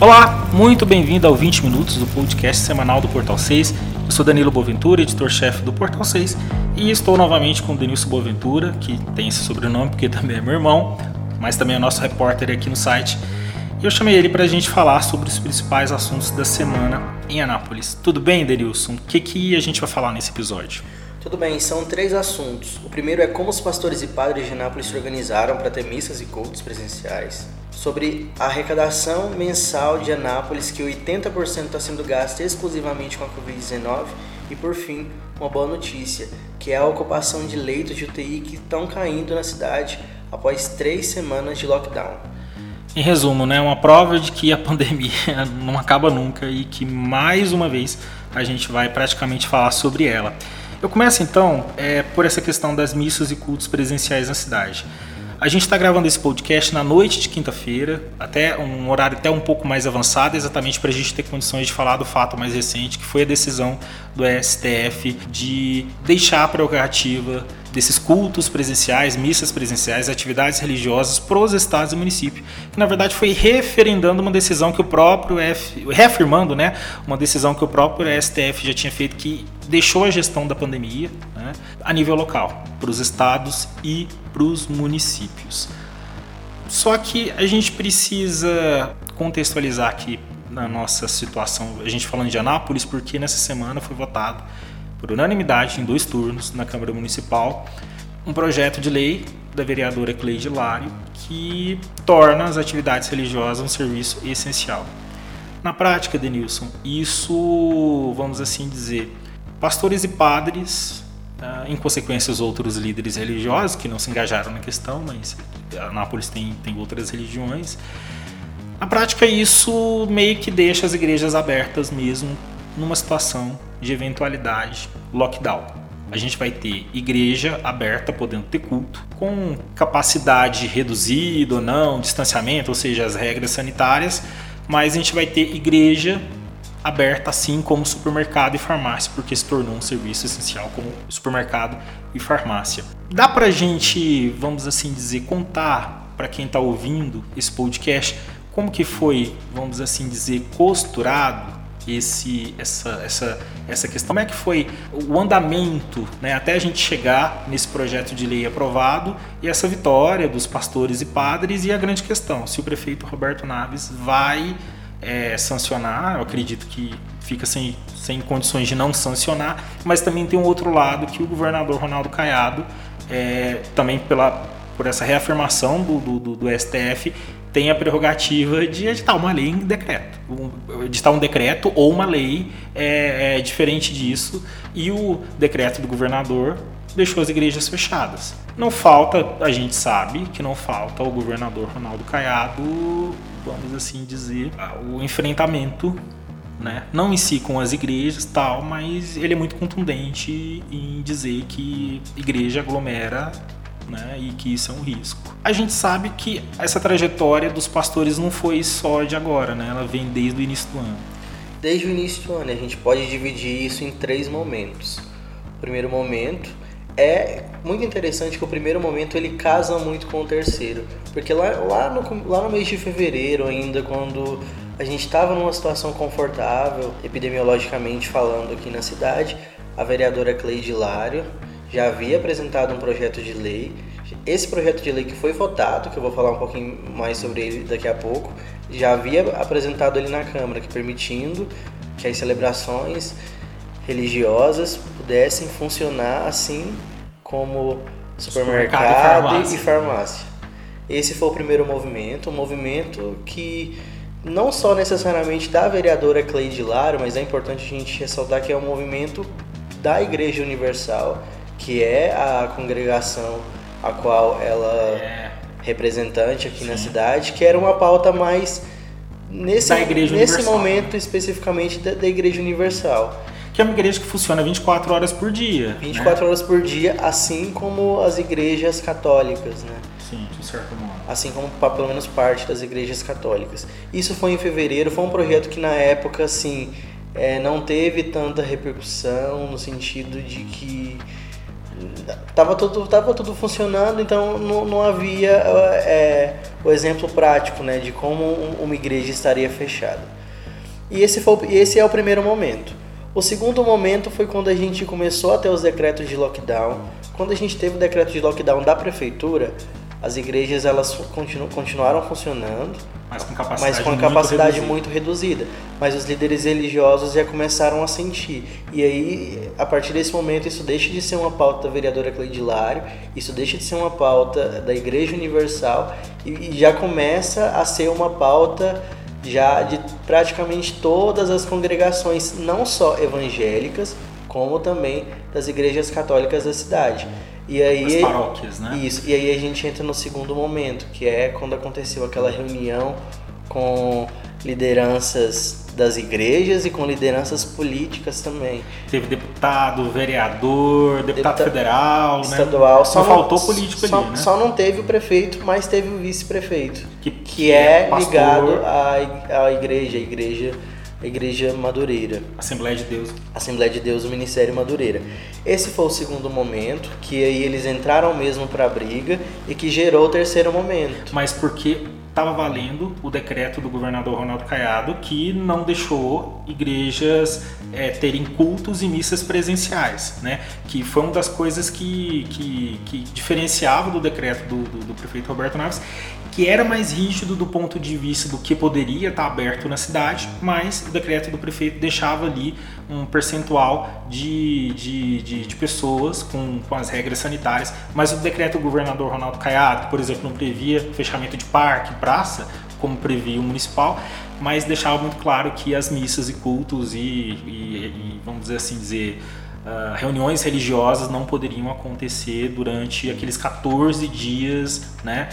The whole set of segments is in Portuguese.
Olá, muito bem-vindo ao 20 Minutos, do podcast semanal do Portal 6. Eu sou Danilo Boaventura, editor-chefe do Portal 6, e estou novamente com o Denilson Boaventura, que tem esse sobrenome porque também é meu irmão, mas também é nosso repórter aqui no site. E eu chamei ele para a gente falar sobre os principais assuntos da semana em Anápolis. Tudo bem, Denilson? O que a gente vai falar nesse episódio? Tudo bem, são 3 assuntos. O primeiro é como os pastores e padres de Anápolis se organizaram para ter missas e cultos presenciais. Sobre a arrecadação mensal de Anápolis, que 80% está sendo gasto exclusivamente com a Covid-19. E por fim, uma boa notícia, que é a ocupação de leitos de UTI que estão caindo na cidade após 3 semanas de lockdown. Em resumo, uma prova de que a pandemia não acaba nunca e que mais uma vez a gente vai praticamente falar sobre ela. Eu começo então por essa questão das missas e cultos presenciais na cidade. A gente está gravando esse podcast na noite de quinta-feira, até um horário até um pouco mais avançado, exatamente para a gente ter condições de falar do fato mais recente, que foi a decisão do STF de deixar a prerrogativa desses cultos presenciais, missas presenciais, atividades religiosas para os estados e municípios, que na verdade foi referendando uma decisão que o próprio reafirmando, uma decisão que o próprio STF já tinha feito, que deixou a gestão da pandemia a nível local, para os estados e para os municípios. Só que a gente precisa contextualizar aqui na nossa situação, a gente falando de Anápolis, porque nessa semana foi votado por unanimidade em 2 turnos na Câmara Municipal um projeto de lei da vereadora Cleide Hilário que torna as atividades religiosas um serviço essencial. Na prática, Denilson, isso, vamos assim dizer, pastores e padres, em consequência os outros líderes religiosos que não se engajaram na questão, mas Anápolis tem outras religiões. Na prática, isso meio que deixa as igrejas abertas mesmo numa situação de eventualidade lockdown. A gente vai ter igreja aberta, podendo ter culto, com capacidade reduzida ou não, distanciamento, ou seja, as regras sanitárias, mas a gente vai ter igreja aberta assim como supermercado e farmácia, porque se tornou um serviço essencial como supermercado e farmácia. Dá pra gente, vamos assim dizer, contar para quem está ouvindo esse podcast como que foi, vamos assim dizer, costurado essa questão, como é que foi o andamento, até a gente chegar nesse projeto de lei aprovado e essa vitória dos pastores e padres, e a grande questão, se o prefeito Roberto Naves vai sancionar. Eu acredito que fica sem condições de não sancionar, mas também tem um outro lado, que o governador Ronaldo Caiado, também por essa reafirmação do STF, tem a prerrogativa de editar uma lei em decreto. Editar um decreto ou uma lei diferente disso, e o decreto do governador deixou as igrejas fechadas. Não falta, a gente sabe que não falta ao governador Ronaldo Caiado, vamos assim dizer, o enfrentamento, não em si com as igrejas tal, mas ele é muito contundente em dizer que igreja aglomera, e que isso é um risco. A gente sabe que essa trajetória dos pastores não foi só de agora, ela vem desde o início do ano. Desde o início do ano, a gente pode dividir isso em 3 momentos. O primeiro momento é muito interessante, que o primeiro momento ele casa muito com o terceiro, porque lá no mês de fevereiro ainda, quando a gente estava numa situação confortável, epidemiologicamente falando aqui na cidade, a vereadora Cleide Hilário já havia apresentado um projeto de lei. Esse projeto de lei que foi votado, que eu vou falar um pouquinho mais sobre ele daqui a pouco, já havia apresentado ele na Câmara, que permitindo que as celebrações religiosas pudessem funcionar assim como supermercado e farmácia. Esse foi o primeiro movimento, um movimento que não só necessariamente da vereadora Cleide Hilário, mas é importante a gente ressaltar que é um movimento da Igreja Universal, que é a congregação a qual ela é representante aqui na cidade, que era uma pauta mais nesse momento especificamente da Igreja Universal. Que é uma igreja que funciona 24 horas por dia. 24 horas por dia, assim como as igrejas católicas, Sim, de certo modo. Assim como pelo menos parte das igrejas católicas. Isso foi em fevereiro, foi um projeto que na época, não teve tanta repercussão, no sentido de que tava tudo funcionando, então não havia o exemplo prático, né, de como uma igreja estaria fechada. E esse é o primeiro momento. O segundo momento foi quando a gente começou a ter os decretos de lockdown. Quando a gente teve o decreto de lockdown da prefeitura, as igrejas elas continuaram funcionando, mas com a capacidade muito reduzida. Mas os líderes religiosos já começaram a sentir. E aí, a partir desse momento, isso deixa de ser uma pauta da vereadora Cleide Hilário, isso deixa de ser uma pauta da Igreja Universal e já começa a ser uma pauta já de praticamente todas as congregações, não só evangélicas, como também das igrejas católicas da cidade. E aí, as paróquias, né? Isso, e aí a gente entra no segundo momento, que é quando aconteceu aquela reunião com lideranças das igrejas e com lideranças políticas também. Teve deputado, vereador, deputado federal, estadual, né? Só faltou político ali, né? Só não teve o prefeito, mas teve o vice-prefeito, que é ligado à Igreja Madureira. Assembleia de Deus, o Ministério Madureira. Esse foi o segundo momento, que aí eles entraram mesmo para a briga e que gerou o terceiro momento. Mas porque estava valendo o decreto do governador Ronaldo Caiado, que não deixou igrejas terem cultos e missas presenciais, né? Que foi uma das coisas que diferenciava do decreto do prefeito Roberto Naves, que era mais rígido do ponto de vista do que poderia estar aberto na cidade, mas o decreto do prefeito deixava ali um percentual de pessoas com as regras sanitárias, mas o decreto do governador Ronaldo Caiado, por exemplo, não previa fechamento de parque, praça, como previa o municipal, mas deixava muito claro que as missas e cultos e vamos dizer assim, reuniões religiosas não poderiam acontecer durante aqueles 14 dias, né,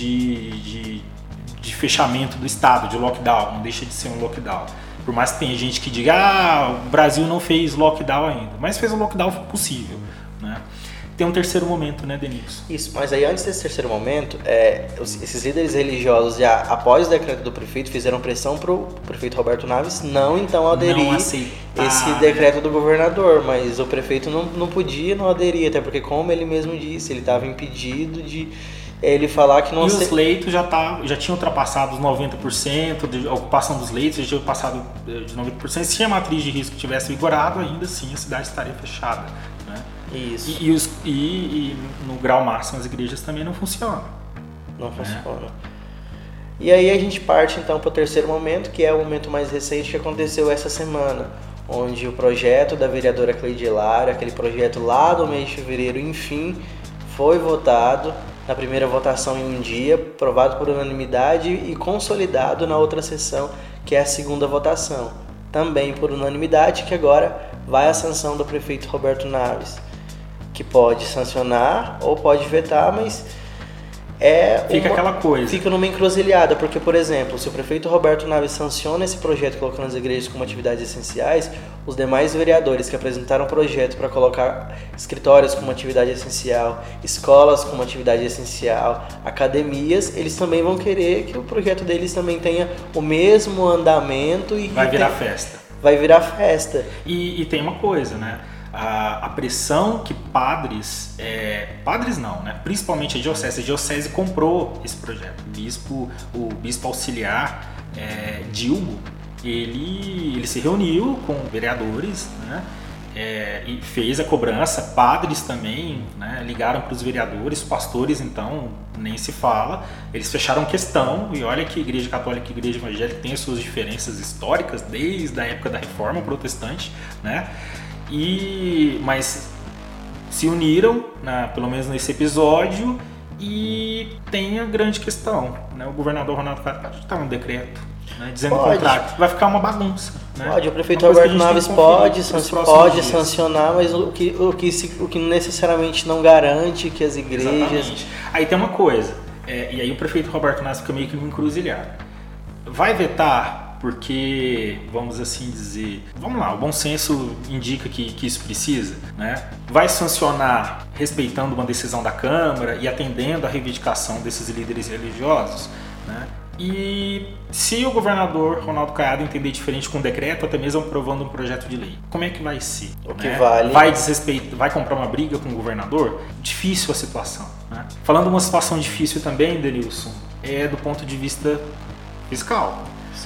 de fechamento do estado, de lockdown. Não deixa de ser um lockdown. Por mais que tenha gente que diga, o Brasil não fez lockdown ainda, mas fez o lockdown possível, né? Tem um terceiro momento, né, Denilson? Isso, mas aí antes desse terceiro momento, esses líderes religiosos já, após o decreto do prefeito, fizeram pressão para o prefeito Roberto Naves não então aderir esse decreto do governador, mas o prefeito não podia não aderir, até porque, como ele mesmo disse, ele estava impedido de ele falar que não... E os leitos já tinham ultrapassado os 90%, de ocupação dos leitos já tinha passado de 90%. Se a matriz de risco tivesse vigorado, ainda assim a cidade estaria fechada, né? Isso. E no grau máximo as igrejas também não funcionam. Não funcionam. E aí a gente parte então para o terceiro momento, que é o momento mais recente que aconteceu essa semana, onde o projeto da vereadora Cleide Hilário, aquele projeto lá do mês de fevereiro, enfim, foi votado na primeira votação em um dia, aprovado por unanimidade e consolidado na outra sessão, que é a segunda votação, também por unanimidade, que agora vai à sanção do prefeito Roberto Naves, que pode sancionar ou pode vetar, mas aquela coisa. Fica numa encruzilhada, porque, por exemplo, se o prefeito Roberto Naves sanciona esse projeto colocando as igrejas como atividades essenciais, os demais vereadores que apresentaram o projeto para colocar escritórios como atividade essencial, escolas como atividade essencial, academias, eles também vão querer que o projeto deles também tenha o mesmo andamento e vai virar festa. Vai virar festa. E tem uma coisa, né? A pressão que padres não, né? Principalmente a diocese comprou esse projeto. O bispo auxiliar Dilgo, ele se reuniu com vereadores, né? E fez a cobrança. Padres também, né? Ligaram para os vereadores, pastores então nem se fala. Eles fecharam questão, e olha que a Igreja Católica e a Igreja Evangélica têm as suas diferenças históricas desde a época da Reforma Protestante, né? Mas se uniram, né, pelo menos nesse episódio, e tem a grande questão, né? O governador Ronaldo Caiado pode estar um decreto, né, dizendo o contrário. Vai ficar uma bagunça, né? Pode, o prefeito Roberto Naves pode sancionar, mas o que necessariamente não garante que as igrejas... Exatamente. Aí tem uma coisa, e aí o prefeito Roberto Naves fica meio que encruzilhado. Vai vetar porque, vamos assim dizer, vamos lá, o bom senso indica que isso precisa, né? Vai sancionar respeitando uma decisão da Câmara e atendendo à reivindicação desses líderes religiosos, né? E se o governador Ronaldo Caiado entender diferente com o decreto, até mesmo aprovando um projeto de lei, como é que vai ser? O que vale? Vai comprar uma briga com o governador? Difícil a situação, né? Falando uma situação difícil também, Denilson, é do ponto de vista fiscal.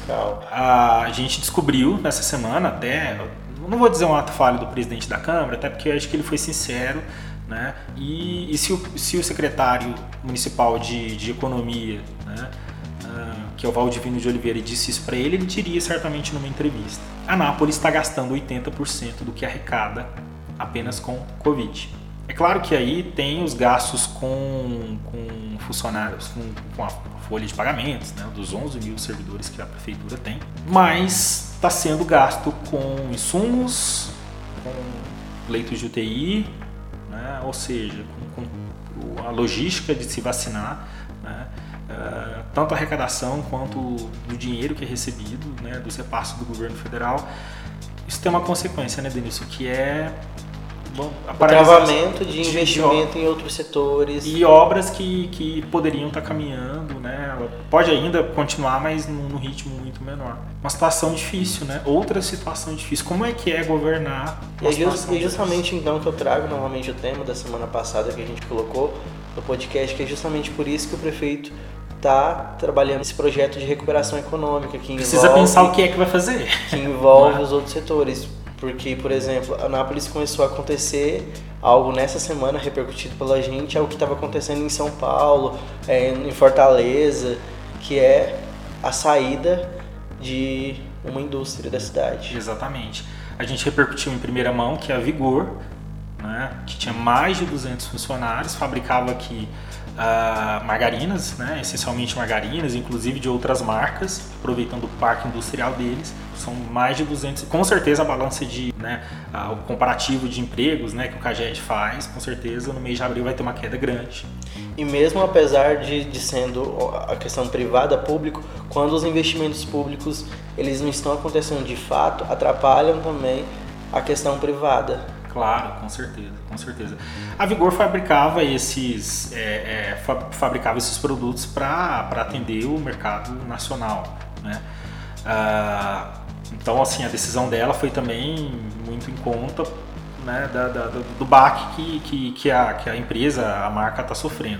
A gente descobriu nessa semana, até, não vou dizer um ato falho do presidente da Câmara, até porque eu acho que ele foi sincero, né? E se o secretário municipal de Economia, né, que é o Valdivino de Oliveira, disse isso para ele diria certamente numa entrevista: Anápolis está gastando 80% do que arrecada apenas com Covid. É claro que aí tem os gastos com funcionários, com a folha de pagamentos, né, dos 11 mil servidores que a prefeitura tem, mas está sendo gasto com insumos, com leitos de UTI, né, ou seja, com a logística de se vacinar, né, tanto a arrecadação quanto do dinheiro que é recebido, né, dos repassos do governo federal. Isso tem uma consequência, né, Denilson, que é o travamento de investimento em outros setores. E obras que poderiam estar caminhando, né? Pode ainda continuar, mas num ritmo muito menor. Uma situação difícil, né? Outra situação difícil. Como é que é governar? E justamente então que eu trago novamente o tema da semana passada que a gente colocou no podcast, que é justamente por isso que o prefeito está trabalhando esse projeto de recuperação econômica. Que precisa pensar o que é que vai fazer. Que envolve os outros setores. Porque, por exemplo, Anápolis começou a acontecer algo nessa semana repercutido pela gente, algo que estava acontecendo em São Paulo, em Fortaleza, que é a saída de uma indústria da cidade. Exatamente. A gente repercutiu em primeira mão que a Vigor, né, que tinha mais de 200 funcionários, fabricava aqui margarinas, né, essencialmente margarinas, inclusive de outras marcas, aproveitando o parque industrial deles. São mais de 200, com certeza a balança de, né, o comparativo de empregos, né, que o CAGED faz, com certeza no mês de abril vai ter uma queda grande. E mesmo apesar de sendo a questão privada, público, quando os investimentos públicos eles não estão acontecendo de fato, atrapalham também a questão privada. Claro, com certeza. A Vigor fabricava esses produtos para atender o mercado nacional, né? Então, assim, a decisão dela foi também muito em conta, né, do baque que a empresa, a marca está sofrendo.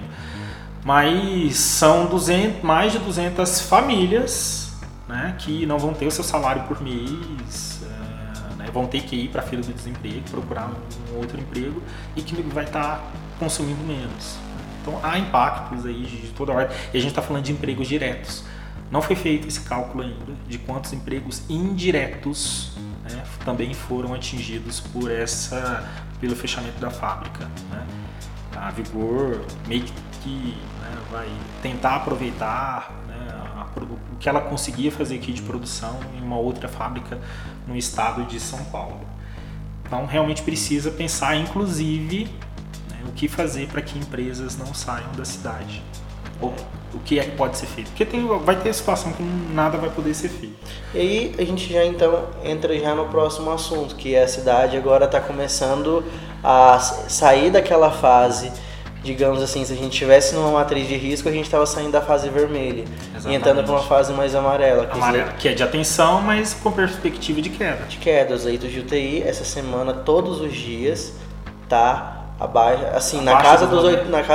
Mas são mais de 200 famílias, né, que não vão ter o seu salário por mês, vão ter que ir para a fila do desemprego, procurar um outro emprego e que vai estar consumindo menos. Então há impactos aí de toda ordem. E a gente está falando de empregos diretos. Não foi feito esse cálculo ainda de quantos empregos indiretos, né, também foram atingidos pelo fechamento da fábrica, né? A Vigor meio que, né, vai tentar aproveitar, né, o que ela conseguia fazer aqui de produção em uma outra fábrica no estado de São Paulo. Então realmente precisa pensar, inclusive, né, o que fazer para que empresas não saiam da cidade. Ou o que é que pode ser feito. Porque vai ter a situação que nada vai poder ser feito. E aí a gente já então entra já no próximo assunto, que a cidade agora está começando a sair daquela fase, digamos assim, se a gente estivesse numa matriz de risco, a gente estava saindo da fase vermelha. Exatamente. E entrando para uma fase mais amarela. Que é de atenção, mas com perspectiva de queda. De queda. Os leitos de UTI, essa semana, todos os dias, tá abaixo, assim, na casa dos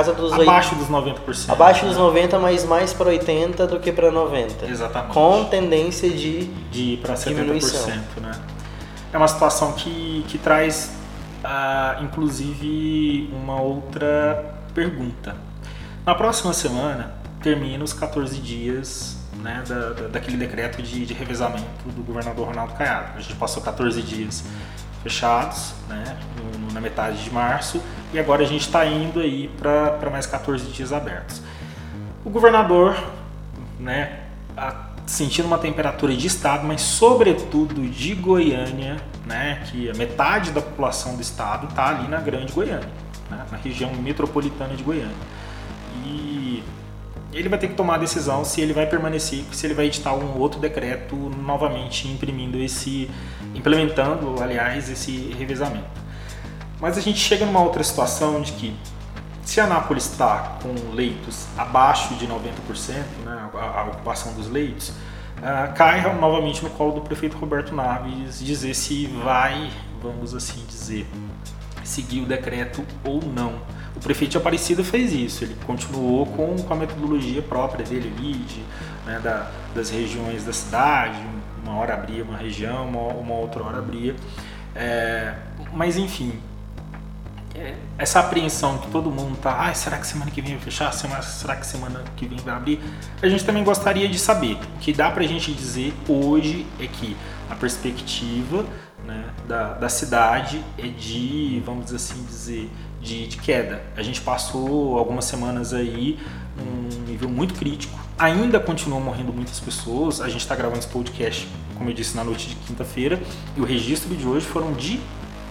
90%. Abaixo dos 90%, mas mais para 80% do que para 90%. Exatamente. Com tendência de ir para 70%. Né? É uma situação que traz, inclusive, uma outra pergunta. Na próxima semana, termina os 14 dias, né, daquele decreto de revezamento do governador Ronaldo Caiado. A gente passou 14 dias fechados, né, na metade de março, e agora a gente está indo aí para mais 14 dias abertos. O governador, né, sentindo uma temperatura de estado, mas sobretudo de Goiânia, né, que a metade da população do estado está ali na Grande Goiânia, né, na região metropolitana de Goiânia. E ele vai ter que tomar a decisão se ele vai permanecer, se ele vai editar um outro decreto novamente implementando, aliás, esse revezamento. Mas a gente chega numa outra situação de que, Se Anápolis está com leitos abaixo de 90%, né, a ocupação dos leitos, cai novamente no colo do prefeito Roberto Naves dizer se vai, vamos assim dizer, seguir o decreto ou não. O prefeito de Aparecida fez isso, ele continuou com a metodologia própria dele ali, né, das regiões da cidade, uma hora abria uma região, uma outra hora abria. Mas enfim, essa apreensão que todo mundo tá, será que semana que vem vai fechar? Será que semana que vem vai abrir? A gente também gostaria de saber. O que dá pra gente dizer hoje é que a perspectiva, né, da cidade é de, vamos assim dizer, de queda. A gente passou algumas semanas aí num nível muito crítico. Ainda continuam morrendo muitas pessoas. A gente está gravando esse podcast, como eu disse, na noite de quinta-feira. E o registro de hoje foram de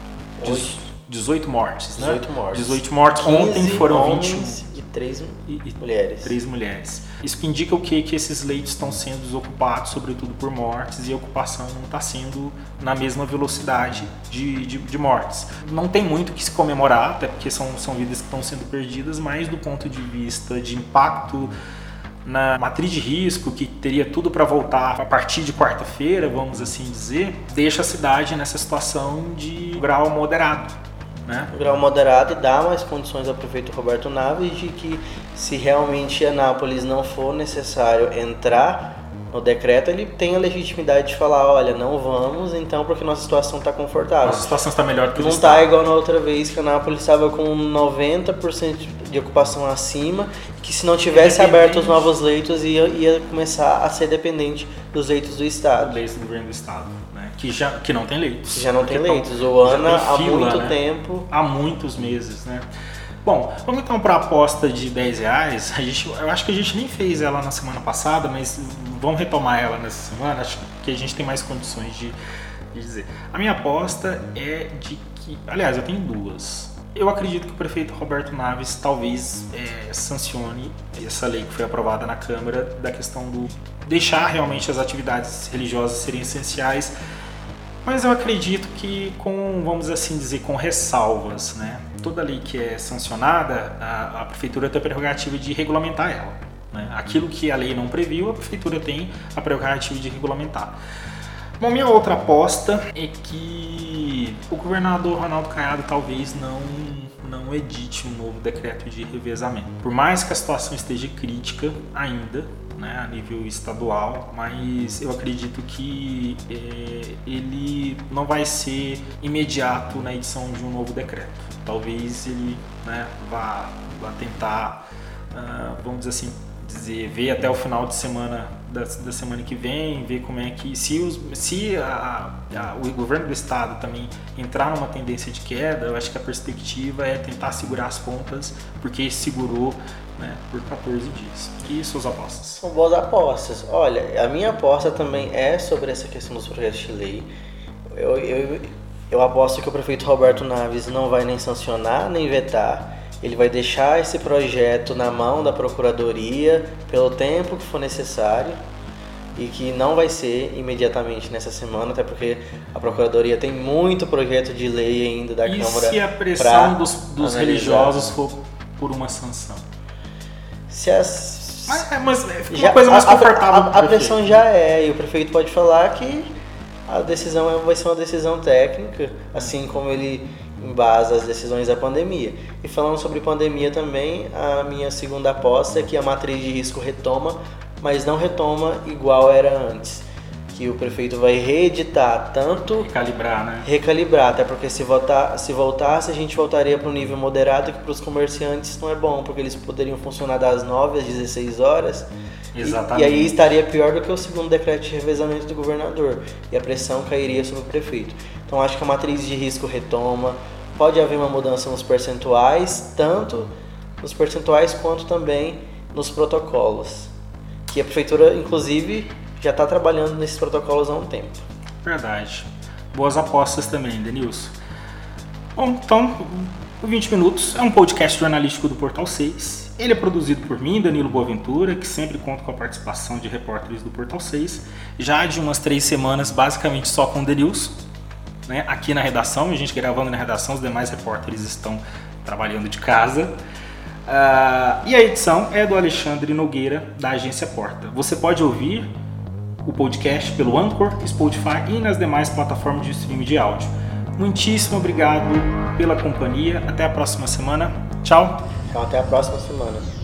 18 mortes, né? 18 mortes. 18 mortes. Ontem foram 21. E 3 mulheres. 3 mulheres. Isso indica o quê? Que esses leitos estão sendo desocupados, sobretudo por mortes, e a ocupação não está sendo na mesma velocidade de mortes. Não tem muito o que se comemorar, até porque são vidas que estão sendo perdidas, mas do ponto de vista de impacto na matriz de risco, que teria tudo para voltar a partir de quarta-feira, vamos assim dizer, deixa a cidade nessa situação de grau moderado. Né? Grau moderado e dá mais condições ao prefeito Roberto Naves de que, se realmente Anápolis não for necessário entrar no decreto, ele tem a legitimidade de falar, olha, não vamos, então, porque nossa situação está confortável. Nossa situação está melhor do que o Não está igual na outra vez que Anápolis estava com 90% de ocupação acima, que se não tivesse aberto os novos leitos ia começar a ser dependente dos leitos do Estado. Leitos do governo do Estado, né? Que não tem leitos. Que já não tem leitos. O ANA há muito tempo. Há muitos meses, né? Bom, vamos então para a aposta de R$10. Eu acho que a gente nem fez ela na semana passada, mas vamos retomar ela nessa semana. Acho que a gente tem mais condições de dizer. A minha aposta é de que... Aliás, eu tenho duas. Eu acredito que o prefeito Roberto Naves talvez sancione essa lei que foi aprovada na Câmara da questão do deixar realmente as atividades religiosas serem essenciais, mas eu acredito que vamos assim dizer, com ressalvas, né? Toda lei que é sancionada, a prefeitura tem a prerrogativa de regulamentar ela, né? Aquilo que a lei não previu, a prefeitura tem a prerrogativa de regulamentar. Bom, minha outra aposta é que o governador Ronaldo Caiado talvez não edite um novo decreto de revezamento. Por mais que a situação esteja crítica ainda, né, a nível estadual, mas eu acredito que ele não vai ser imediato na edição de um novo decreto. Talvez ele, né, vá tentar, vamos assim dizer, ver até o final de semana da semana que vem, ver como é que se o governo do estado também entrar numa tendência de queda, eu acho que a perspectiva é tentar segurar as pontas, porque segurou, né, por 14 dias. E suas apostas? São boas apostas. Olha, a minha aposta também é sobre essa questão dos projetos de lei. Eu aposto que o prefeito Roberto Naves não vai nem sancionar, nem vetar. Ele vai deixar esse projeto na mão da Procuradoria pelo tempo que for necessário e que não vai ser imediatamente nessa semana, até porque a Procuradoria tem muito projeto de lei ainda da Câmara. E se a pressão dos religiosos for por uma sanção? Mas fica uma coisa mais confortável. A pressão já é, e o prefeito pode falar que a decisão vai ser uma decisão técnica, assim como ele embasa as decisões da pandemia. E falando sobre pandemia também, a minha segunda aposta é que a matriz de risco retoma, mas não retoma igual era antes. Que o prefeito vai reeditar tanto... Recalibrar, né? Recalibrar, até porque se voltasse, a gente voltaria para um nível moderado, que para os comerciantes não é bom, porque eles poderiam funcionar das 9 às 16 horas. Exatamente. E aí estaria pior do que o segundo decreto de revezamento do governador. E a pressão cairia sobre o prefeito. Então acho que a matriz de risco retoma. Pode haver uma mudança nos percentuais, tanto nos percentuais quanto também nos protocolos. Que a prefeitura, inclusive, já está trabalhando nesses protocolos há um tempo. Verdade. Boas apostas também, Denilson. Bom, então, o 20 Minutos é um podcast jornalístico do Portal 6. Ele é produzido por mim, Danilo Boaventura, que sempre conta com a participação de repórteres do Portal 6. Já de umas 3 semanas, basicamente só com o Denilson, né? Aqui na redação, a gente gravando na redação, os demais repórteres estão trabalhando de casa. E a edição é do Alexandre Nogueira, da Agência Porta. Você pode ouvir o podcast pelo Anchor, Spotify e nas demais plataformas de streaming de áudio. Muitíssimo obrigado pela companhia. Até a próxima semana. Tchau. Então, até a próxima semana.